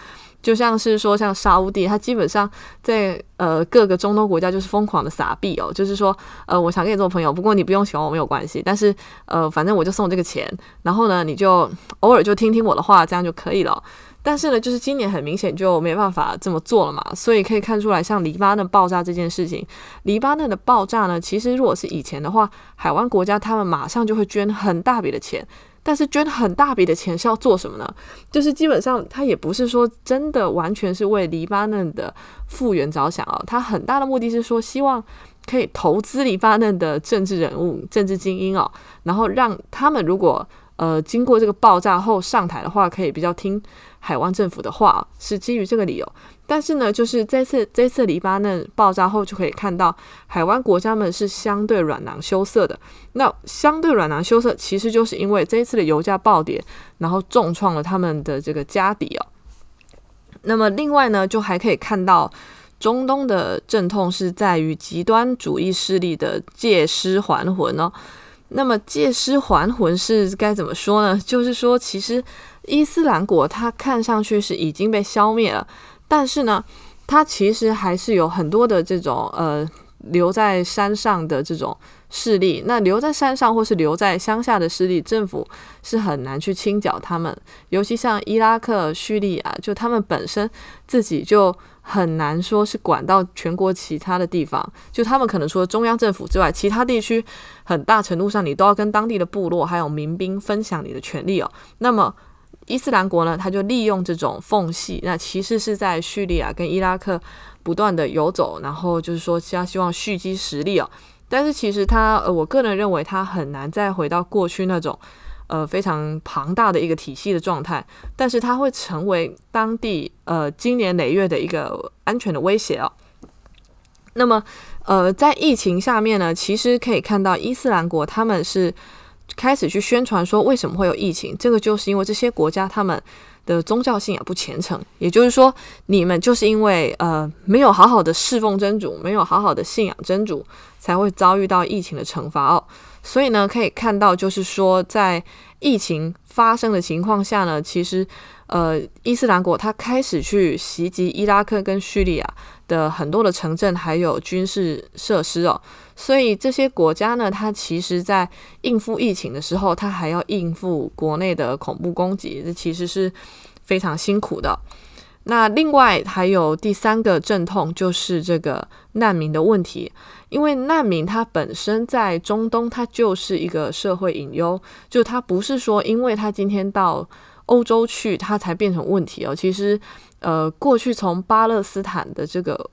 就像是说像沙烏地，它基本上在各个中东国家就是疯狂的撒币哦，就是说我想跟你做朋友，不过你不用喜欢我没有关系，但是反正我就送这个钱，然后呢你就偶尔就听听我的话，这样就可以了。但是呢，就是今年很明显就没办法这么做了嘛，所以可以看出来，像黎巴嫩爆炸这件事情，黎巴嫩的爆炸呢，其实如果是以前的话，海湾国家他们马上就会捐很大笔的钱，但是捐很大笔的钱是要做什么呢？就是基本上他也不是说真的完全是为黎巴嫩的复原着想哦，他很大的目的是说希望可以投资黎巴嫩的政治人物、政治精英哦，然后让他们如果经过这个爆炸后上台的话，可以比较听海湾政府的话，是基于这个理由。但是呢，就是这次黎巴嫩爆炸后，就可以看到海湾国家们是相对软囊羞涩的。那相对软囊羞涩，其实就是因为这一次的油价暴跌，然后重创了他们的这个家底哦。那么另外呢，就还可以看到中东的阵痛是在于极端主义势力的借尸还魂哦。那么借尸还魂是该怎么说呢？就是说，其实伊斯兰国它看上去是已经被消灭了，但是呢，它其实还是有很多的这种留在山上的这种势力。那留在山上或是留在乡下的势力，政府是很难去清剿他们。尤其像伊拉克、叙利亚，就他们本身自己就很难说是管到全国其他的地方，就他们可能除了中央政府之外，其他地区很大程度上你都要跟当地的部落还有民兵分享你的权利哦。那么伊斯兰国呢，他就利用这种缝隙，那其实是在叙利亚跟伊拉克不断的游走，然后就是说希望蓄积实力哦。但是其实我个人认为他很难再回到过去那种非常庞大的一个体系的状态，但是它会成为当地经年累月的一个安全的威胁哦。那么在疫情下面呢，其实可以看到伊斯兰国他们是开始去宣传说为什么会有疫情，这个就是因为这些国家他们的宗教信仰不虔诚，也就是说你们就是因为没有好好的侍奉真主，没有好好的信仰真主，才会遭遇到疫情的惩罚哦。所以呢，可以看到就是说在疫情发生的情况下呢，其实伊斯兰国它开始去袭击伊拉克跟叙利亚的很多的城镇还有军事设施哦。所以这些国家呢，它其实在应付疫情的时候，它还要应付国内的恐怖攻击，这其实是非常辛苦的。那另外还有第三个阵痛，就是这个难民的问题。因为难民他本身在中东，他就是一个社会隐忧，就他不是说因为他今天到欧洲去，他才变成问题哦。其实过去从巴勒斯坦的这个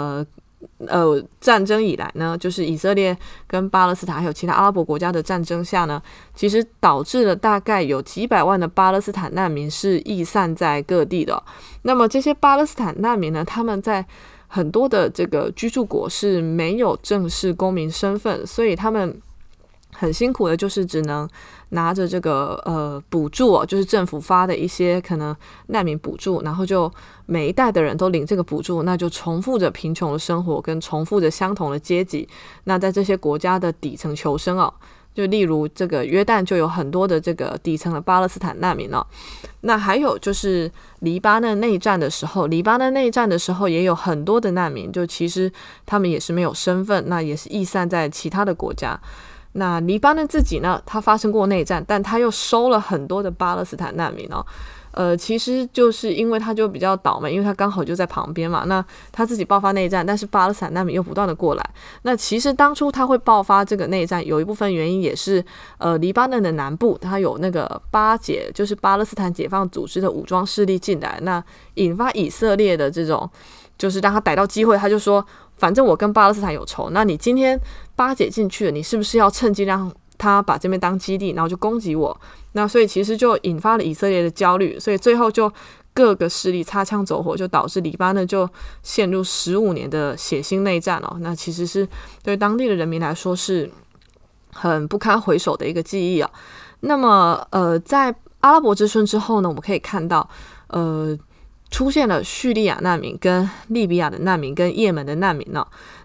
战争以来呢，就是以色列跟巴勒斯坦还有其他阿拉伯国家的战争下呢，其实导致了大概有几百万的巴勒斯坦难民是逸散在各地的。那么这些巴勒斯坦难民呢，他们在很多的这个居住国是没有正式公民身份，所以他们很辛苦的，就是只能拿着这个补助哦，就是政府发的一些可能难民补助，然后就每一代的人都领这个补助，那就重复着贫穷的生活，跟重复着相同的阶级。那在这些国家的底层求生哦，就例如这个约旦就有很多的这个底层的巴勒斯坦难民哦。那还有就是黎巴嫩内战的时候也有很多的难民，就其实他们也是没有身份，那也是逸散在其他的国家。那黎巴嫩自己呢，它发生过内战，但它又收了很多的巴勒斯坦难民哦。其实就是因为他就比较倒霉，因为他刚好就在旁边嘛。那他自己爆发内战，但是巴勒斯坦难民又不断的过来。那其实当初他会爆发这个内战，有一部分原因也是黎巴嫩的南部他有那个巴解，就是巴勒斯坦解放组织的武装势力进来，那引发以色列的这种，就是让他逮到机会，他就说反正我跟巴勒斯坦有仇，那你今天巴解进去了，你是不是要趁机让他把这边当基地，然后就攻击我？那所以其实就引发了以色列的焦虑，所以最后就各个势力擦枪走火，就导致黎巴嫩就陷入15年的血腥内战哦。那其实是对当地的人民来说是很不堪回首的一个记忆啊。那么在阿拉伯之春之后呢，我们可以看到出现了叙利亚难民、跟利比亚的难民、跟也门的难民哦。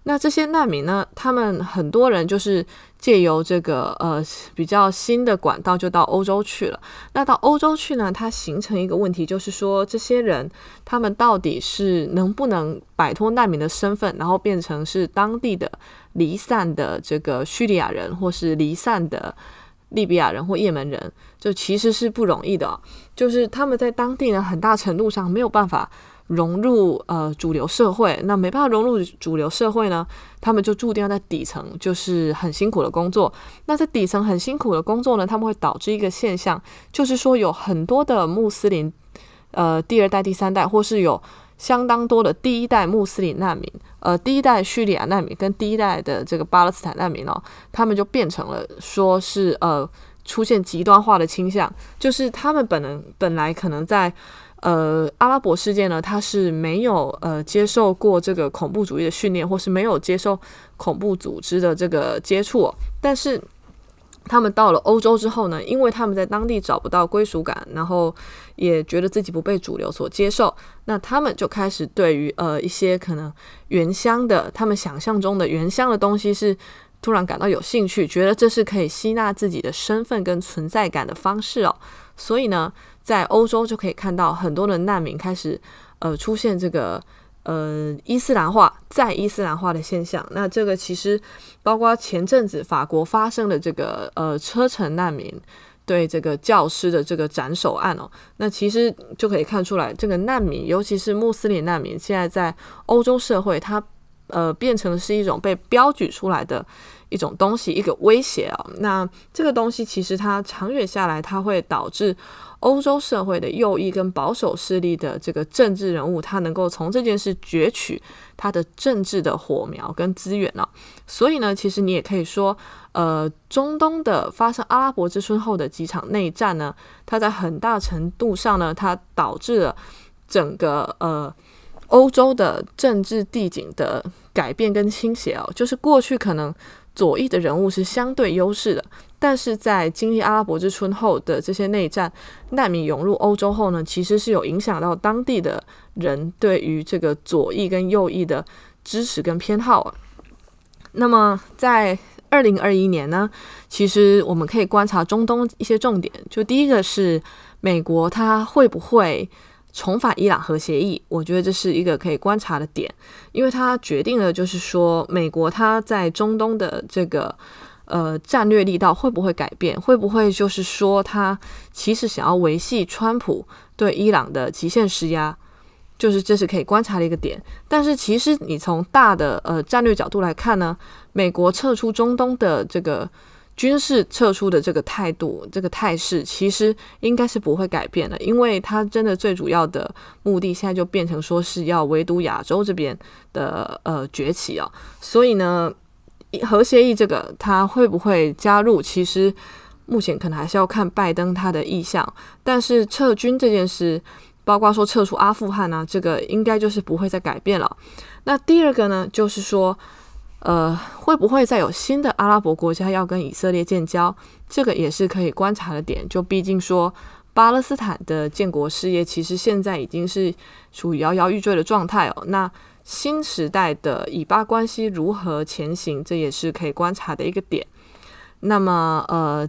那这些难民呢，他们很多人就是借由这个比较新的管道就到欧洲去了。那到欧洲去呢，它形成一个问题，就是说这些人他们到底是能不能摆脱难民的身份，然后变成是当地的离散的这个叙利亚人，或是离散的利比亚人或也门人，就其实是不容易的就是他们在当地呢，很大程度上没有办法融入主流社会。那没办法融入主流社会呢，他们就注定要在底层就是很辛苦的工作。那在底层很辛苦的工作呢，他们会导致一个现象，就是说有很多的穆斯林第二代第三代，或是有相当多的第一代穆斯林难民第一代叙利亚难民跟第一代的这个巴勒斯坦难民他们就变成了说是出现极端化的倾向，就是他们本来可能在阿拉伯世界呢，他是没有接受过这个恐怖主义的训练，或是没有接受恐怖组织的这个接触但是他们到了欧洲之后呢，因为他们在当地找不到归属感，然后也觉得自己不被主流所接受，那他们就开始对于一些可能原乡的他们想象中的原乡的东西是突然感到有兴趣，觉得这是可以吸纳自己的身份跟存在感的方式所以呢，在欧洲就可以看到很多的难民开始出现这个伊斯兰化再伊斯兰化的现象。那这个其实包括前阵子法国发生的这个车臣难民对这个教师的这个斩首案那其实就可以看出来，这个难民尤其是穆斯林难民现在在欧洲社会它变成是一种被标举出来的一种东西，一个威胁那这个东西其实它长远下来，它会导致欧洲社会的右翼跟保守势力的这个政治人物，他能够从这件事攫取他的政治的火苗跟资源所以呢，其实你也可以说中东的发生阿拉伯之春后的几场内战呢，它在很大程度上呢，它导致了整个欧洲的政治地景的改变跟倾斜就是过去可能左翼的人物是相对优势的，但是在经历阿拉伯之春后的这些内战，难民涌入欧洲后呢，其实是有影响到当地的人对于这个左翼跟右翼的支持跟偏好那么在2021年呢，其实我们可以观察中东一些重点，就第一个是美国它会不会重返伊朗核协议，我觉得这是一个可以观察的点，因为它决定了就是说美国它在中东的这个战略力道会不会改变，会不会就是说它其实想要维系川普对伊朗的极限施压，就是这是可以观察的一个点。但是其实你从大的战略角度来看呢，美国撤出中东的这个军事撤出的这个态度这个态势其实应该是不会改变的，因为它真的最主要的目的现在就变成说是要围堵亚洲这边的崛起所以呢核协议这个它会不会加入，其实目前可能还是要看拜登他的意向，但是撤军这件事包括说撤出阿富汗这个应该就是不会再改变了。那第二个呢，就是说会不会再有新的阿拉伯国家要跟以色列建交，这个也是可以观察的点，就毕竟说巴勒斯坦的建国事业其实现在已经是处于摇摇欲坠的状态那新时代的以巴关系如何前行，这也是可以观察的一个点。那么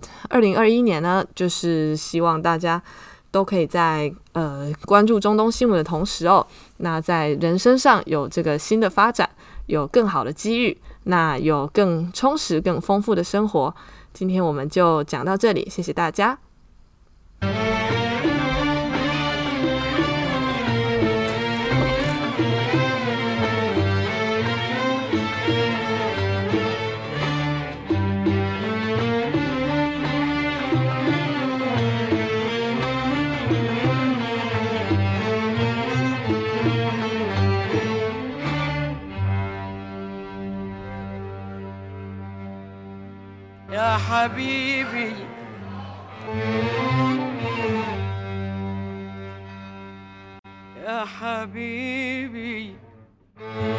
2021年呢，就是希望大家都可以在关注中东新闻的同时那在人生上有这个新的发展，有更好的机遇，那有更充实更丰富的生活。今天我们就讲到这里，谢谢大家。 يا حبيبي يا حبيبي